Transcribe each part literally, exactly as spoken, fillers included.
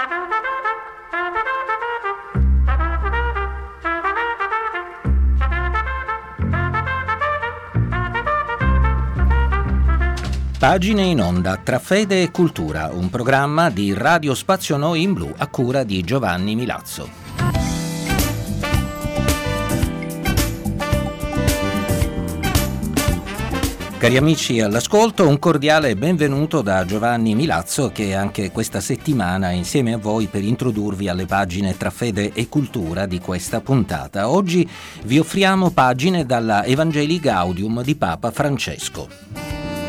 Pagine in onda tra fede e cultura, un programma di Radio Spazio Noi in Blu a cura di Giovanni Milazzo. Cari amici all'ascolto, un cordiale benvenuto da Giovanni Milazzo, che anche questa settimana è insieme a voi per introdurvi alle pagine tra fede e cultura di questa puntata. Oggi vi offriamo pagine dalla Evangelii Gaudium di Papa Francesco.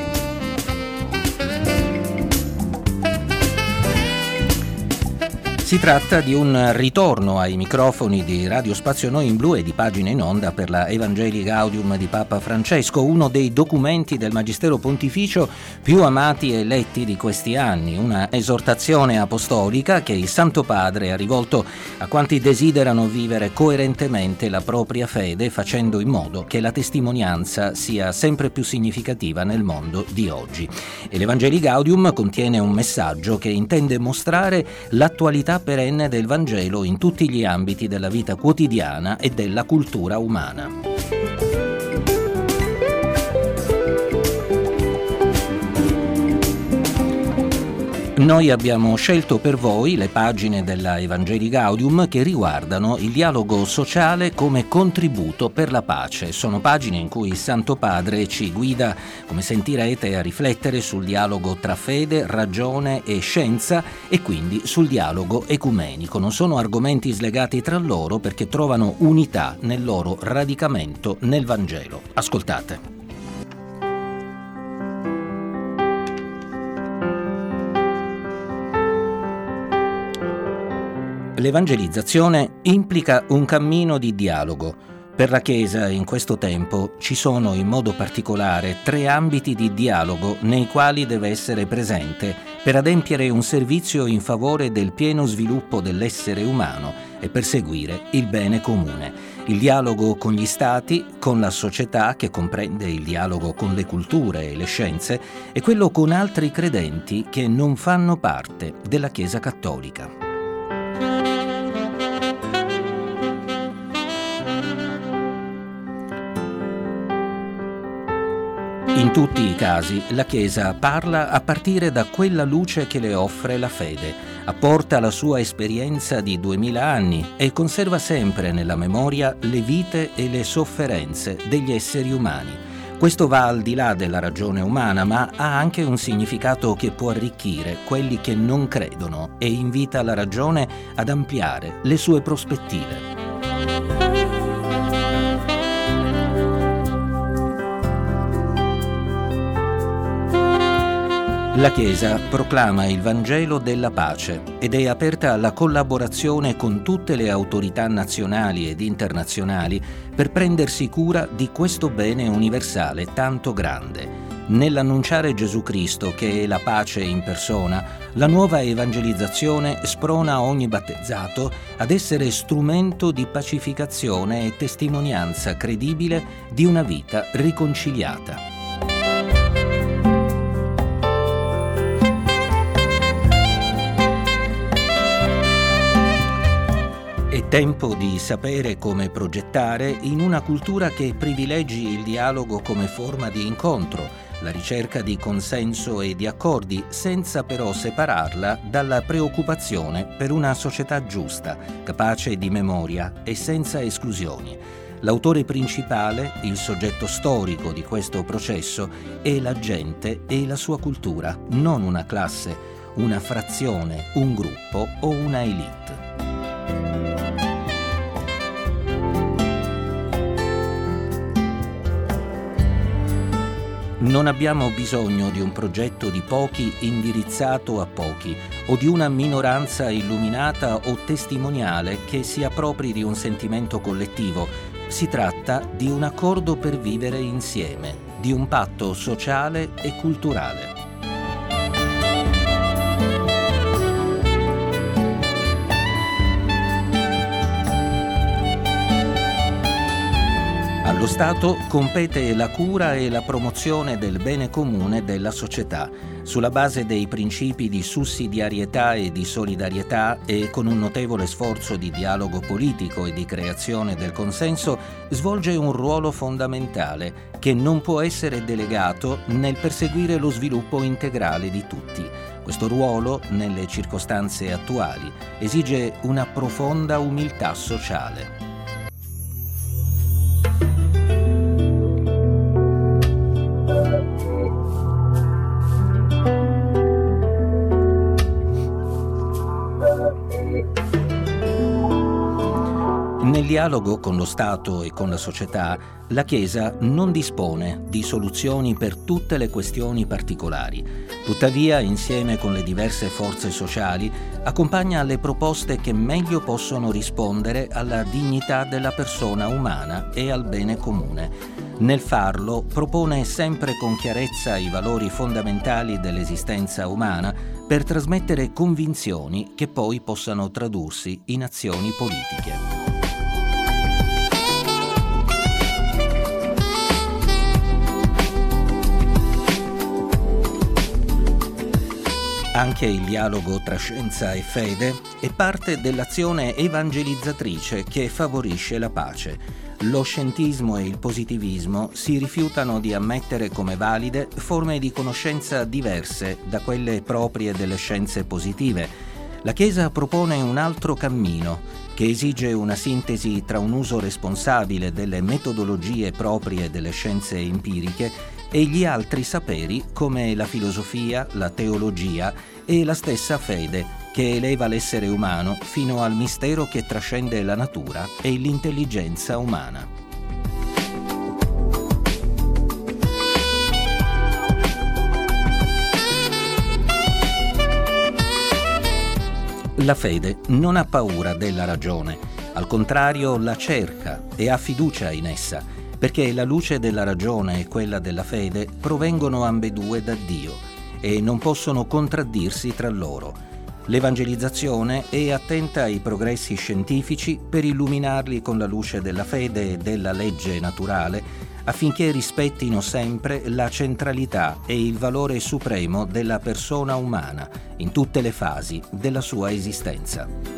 Si tratta di un ritorno ai microfoni di Radio Spazio Noi in Blu e di Pagine in Onda per la Evangelii Gaudium di Papa Francesco, uno dei documenti del Magistero Pontificio più amati e letti di questi anni, una esortazione apostolica che il Santo Padre ha rivolto a quanti desiderano vivere coerentemente la propria fede, facendo in modo che la testimonianza sia sempre più significativa nel mondo di oggi. E l'Evangelii Gaudium contiene un messaggio che intende mostrare l'attualità perenne del Vangelo in tutti gli ambiti della vita quotidiana e della cultura umana. Noi abbiamo scelto per voi le pagine della Evangelii Gaudium che riguardano il dialogo sociale come contributo per la pace. Sono pagine in cui il Santo Padre ci guida, come sentirete, a riflettere sul dialogo tra fede, ragione e scienza e quindi sul dialogo ecumenico. Non sono argomenti slegati tra loro perché trovano unità nel loro radicamento nel Vangelo. Ascoltate. L'evangelizzazione implica un cammino di dialogo. Per la Chiesa in questo tempo ci sono in modo particolare tre ambiti di dialogo nei quali deve essere presente per adempiere un servizio in favore del pieno sviluppo dell'essere umano e perseguire il bene comune. Il dialogo con gli stati, con la società, che comprende il dialogo con le culture e le scienze, e quello con altri credenti che non fanno parte della Chiesa cattolica. In tutti i casi la Chiesa parla a partire da quella luce che le offre la fede, apporta la sua esperienza di duemila anni e conserva sempre nella memoria le vite e le sofferenze degli esseri umani. Questo va al di là della ragione umana, ma ha anche un significato che può arricchire quelli che non credono e invita la ragione ad ampliare le sue prospettive. La Chiesa proclama il Vangelo della pace ed è aperta alla collaborazione con tutte le autorità nazionali ed internazionali per prendersi cura di questo bene universale tanto grande. Nell'annunciare Gesù Cristo, che è la pace in persona, la nuova evangelizzazione sprona ogni battezzato ad essere strumento di pacificazione e testimonianza credibile di una vita riconciliata. È tempo di sapere come progettare in una cultura che privilegi il dialogo come forma di incontro, la ricerca di consenso e di accordi, senza però separarla dalla preoccupazione per una società giusta, capace di memoria e senza esclusioni. L'autore principale, il soggetto storico di questo processo, è la gente e la sua cultura, non una classe, una frazione, un gruppo o una élite. Non abbiamo bisogno di un progetto di pochi indirizzato a pochi o di una minoranza illuminata o testimoniale che si appropri di un sentimento collettivo. Si tratta di un accordo per vivere insieme, di un patto sociale e culturale. Allo Allo Stato compete la cura e la promozione del bene comune della società, sulla base dei principi di sussidiarietà e di solidarietà e con un notevole sforzo di dialogo politico e di creazione del consenso, svolge un ruolo fondamentale che non può essere delegato nel perseguire lo sviluppo integrale di tutti. Questo ruolo, nelle circostanze attuali, esige una profonda umiltà sociale. Nel dialogo con lo Stato e con la società, la Chiesa non dispone di soluzioni per tutte le questioni particolari. Tuttavia, insieme con le diverse forze sociali, accompagna le proposte che meglio possono rispondere alla dignità della persona umana e al bene comune. Nel farlo, propone sempre con chiarezza i valori fondamentali dell'esistenza umana per trasmettere convinzioni che poi possano tradursi in azioni politiche. Anche il dialogo tra scienza e fede è parte dell'azione evangelizzatrice che favorisce la pace. Lo scientismo e il positivismo si rifiutano di ammettere come valide forme di conoscenza diverse da quelle proprie delle scienze positive. La Chiesa propone un altro cammino che esige una sintesi tra un uso responsabile delle metodologie proprie delle scienze empiriche e gli altri saperi come la filosofia, la teologia e la stessa fede, che eleva l'essere umano fino al mistero che trascende la natura e l'intelligenza umana. La fede non ha paura della ragione, al contrario la cerca e ha fiducia in essa, perché la luce della ragione e quella della fede provengono ambedue da Dio e non possono contraddirsi tra loro. L'evangelizzazione è attenta ai progressi scientifici per illuminarli con la luce della fede e della legge naturale, affinché rispettino sempre la centralità e il valore supremo della persona umana in tutte le fasi della sua esistenza.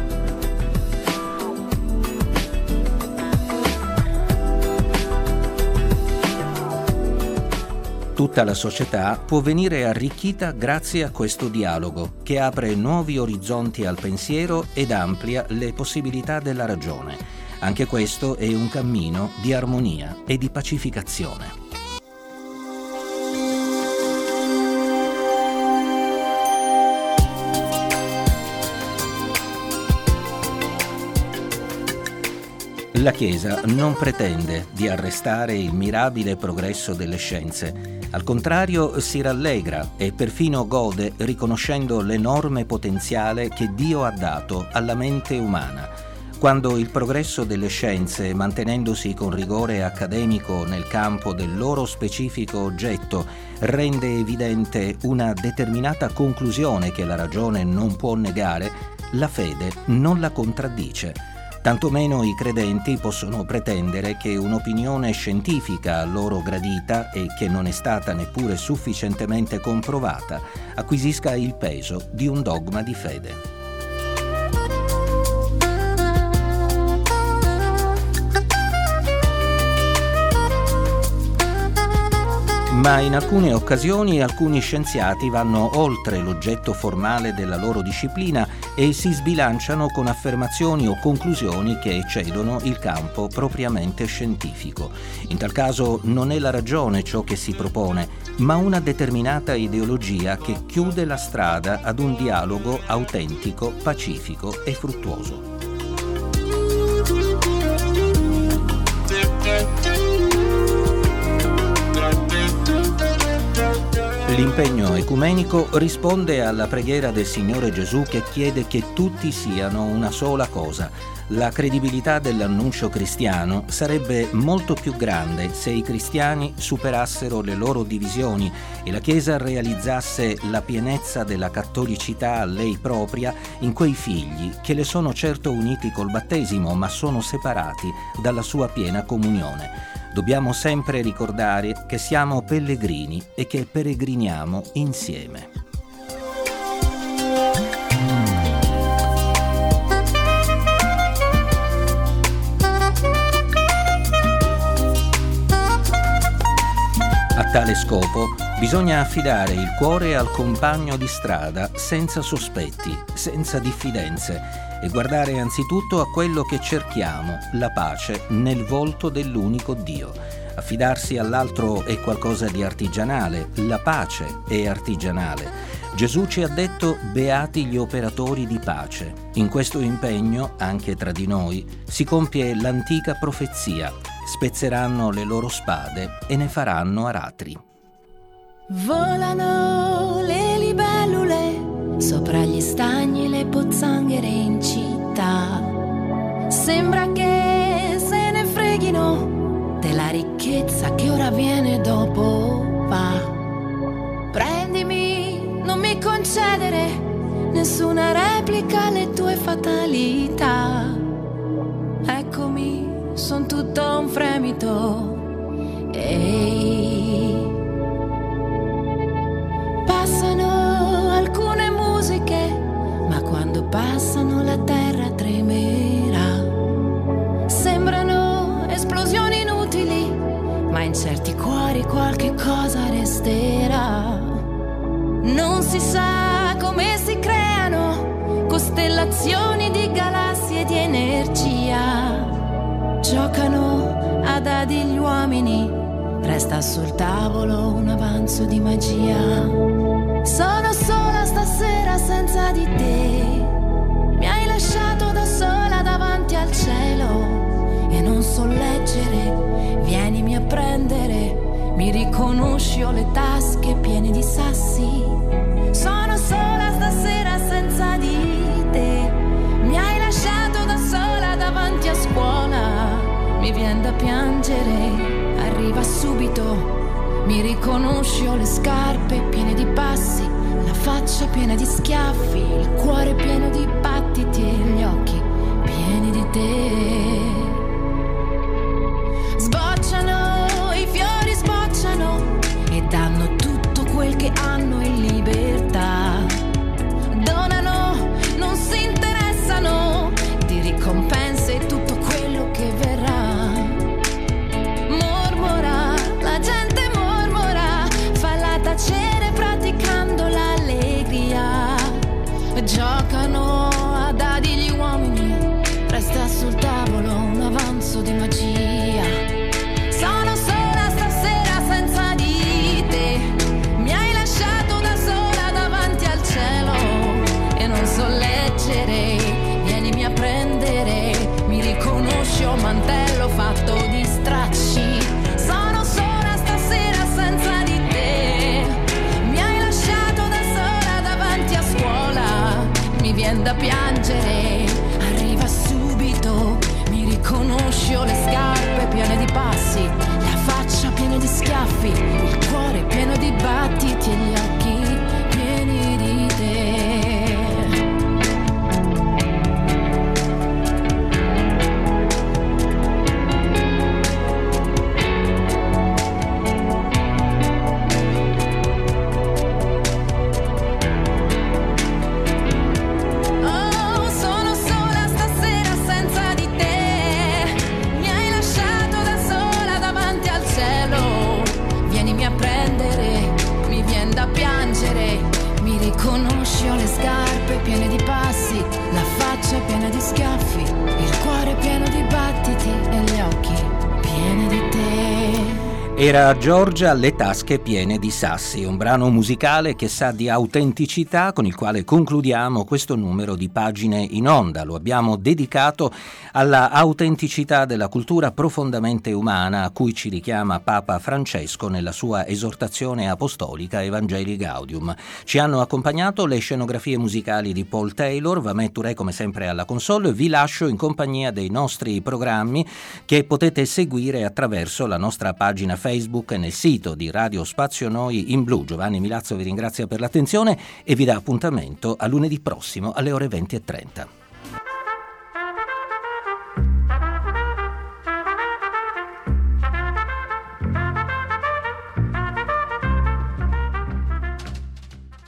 Tutta la società può venire arricchita grazie a questo dialogo, che apre nuovi orizzonti al pensiero ed amplia le possibilità della ragione. Anche questo è un cammino di armonia e di pacificazione. La Chiesa non pretende di arrestare il mirabile progresso delle scienze. Al contrario, si rallegra e perfino gode riconoscendo l'enorme potenziale che Dio ha dato alla mente umana. Quando il progresso delle scienze, mantenendosi con rigore accademico nel campo del loro specifico oggetto, rende evidente una determinata conclusione che la ragione non può negare, la fede non la contraddice. Tantomeno i credenti possono pretendere che un'opinione scientifica a loro gradita e che non è stata neppure sufficientemente comprovata acquisisca il peso di un dogma di fede. Ma in alcune occasioni alcuni scienziati vanno oltre l'oggetto formale della loro disciplina e si sbilanciano con affermazioni o conclusioni che eccedono il campo propriamente scientifico. In tal caso non è la ragione ciò che si propone, ma una determinata ideologia che chiude la strada ad un dialogo autentico, pacifico e fruttuoso. L'impegno ecumenico risponde alla preghiera del Signore Gesù che chiede che tutti siano una sola cosa. La credibilità dell'annuncio cristiano sarebbe molto più grande se i cristiani superassero le loro divisioni e la Chiesa realizzasse la pienezza della cattolicità a lei propria in quei figli che le sono certo uniti col battesimo ma sono separati dalla sua piena comunione. dobbiamo sempre ricordare che siamo pellegrini e che peregriniamo insieme. A tale scopo bisogna affidare il cuore al compagno di strada senza sospetti, senza diffidenze e guardare anzitutto a quello che cerchiamo, la pace nel volto dell'unico Dio. Affidarsi all'altro è qualcosa di artigianale, la pace è artigianale. Gesù ci ha detto beati gli operatori di pace. In questo impegno, anche tra di noi, si compie l'antica profezia. Spezzeranno le loro spade e ne faranno aratri. Volano le libellule sopra gli stagni, le pozzanghere in città. Sembra che se ne freghino della ricchezza che ora viene dopo va. Prendimi, non mi concedere nessuna replica alle tue fatalità. Eccomi, son tutto un fremito. Ehi. Passano alcune musiche, ma quando passano la terra tremerà. Sembrano esplosioni inutili, ma in certi cuori qualche cosa resterà. Non si sa come si creano costellazioni di galassie di energia. Giocano a dadi gli uomini, resta sul tavolo un avanzo di magia. Sono sola stasera senza di te, mi hai lasciato da sola davanti al cielo e non so leggere, vienimi a prendere, mi riconosci, ho le tasche piene di sassi. Sono sola stasera senza di te, mi hai lasciato da sola davanti a scuola, mi vien da piangere, arriva subito. Mi riconosci, ho le scarpe piene di passi, la faccia piena di schiaffi, il cuore pieno di battiti e gli occhi pieni di te. Sbocciano, i fiori sbocciano e danno tutto quel che hanno in libertà. Donano, non si interessano di ricompense e tutto quello che verrà. Mormora, la gente tacere praticando l'allegria. Giocano a dadi gli uomini, resta sul tavolo un avanzo di magia. Sono sola stasera senza di te, mi hai lasciato da sola davanti al cielo e non so leggere, vienimi a prendere, mi riconosci, ho un mantello fatto di stracci. Sono sola stasera senza di te, mi vien da piangere, arriva subito, mi riconosci, ho le scarpe piene di passi, la faccia piena di schiaffi, il cuore pieno di battiti e gli occhi pieni di te. Conosci, ho le scarpe piene di passi, la faccia piena di schiaffi, il cuore pieno di battiti e gli occhi pieni di te. Era Giorgia, Le tasche piene di sassi, un brano musicale che sa di autenticità, con il quale concludiamo questo numero di Pagine in Onda. Lo abbiamo dedicato alla autenticità della cultura profondamente umana a cui ci richiama Papa Francesco nella sua esortazione apostolica Evangelii Gaudium. Ci hanno accompagnato le scenografie musicali di Paul Taylor, Vamet Touré come sempre alla console. Vi lascio in compagnia dei nostri programmi che potete seguire attraverso la nostra pagina Facebook e nel sito di Radio Spazio Noi in Blu. Giovanni Milazzo vi ringrazia per l'attenzione e vi dà appuntamento a lunedì prossimo alle ore venti e trenta.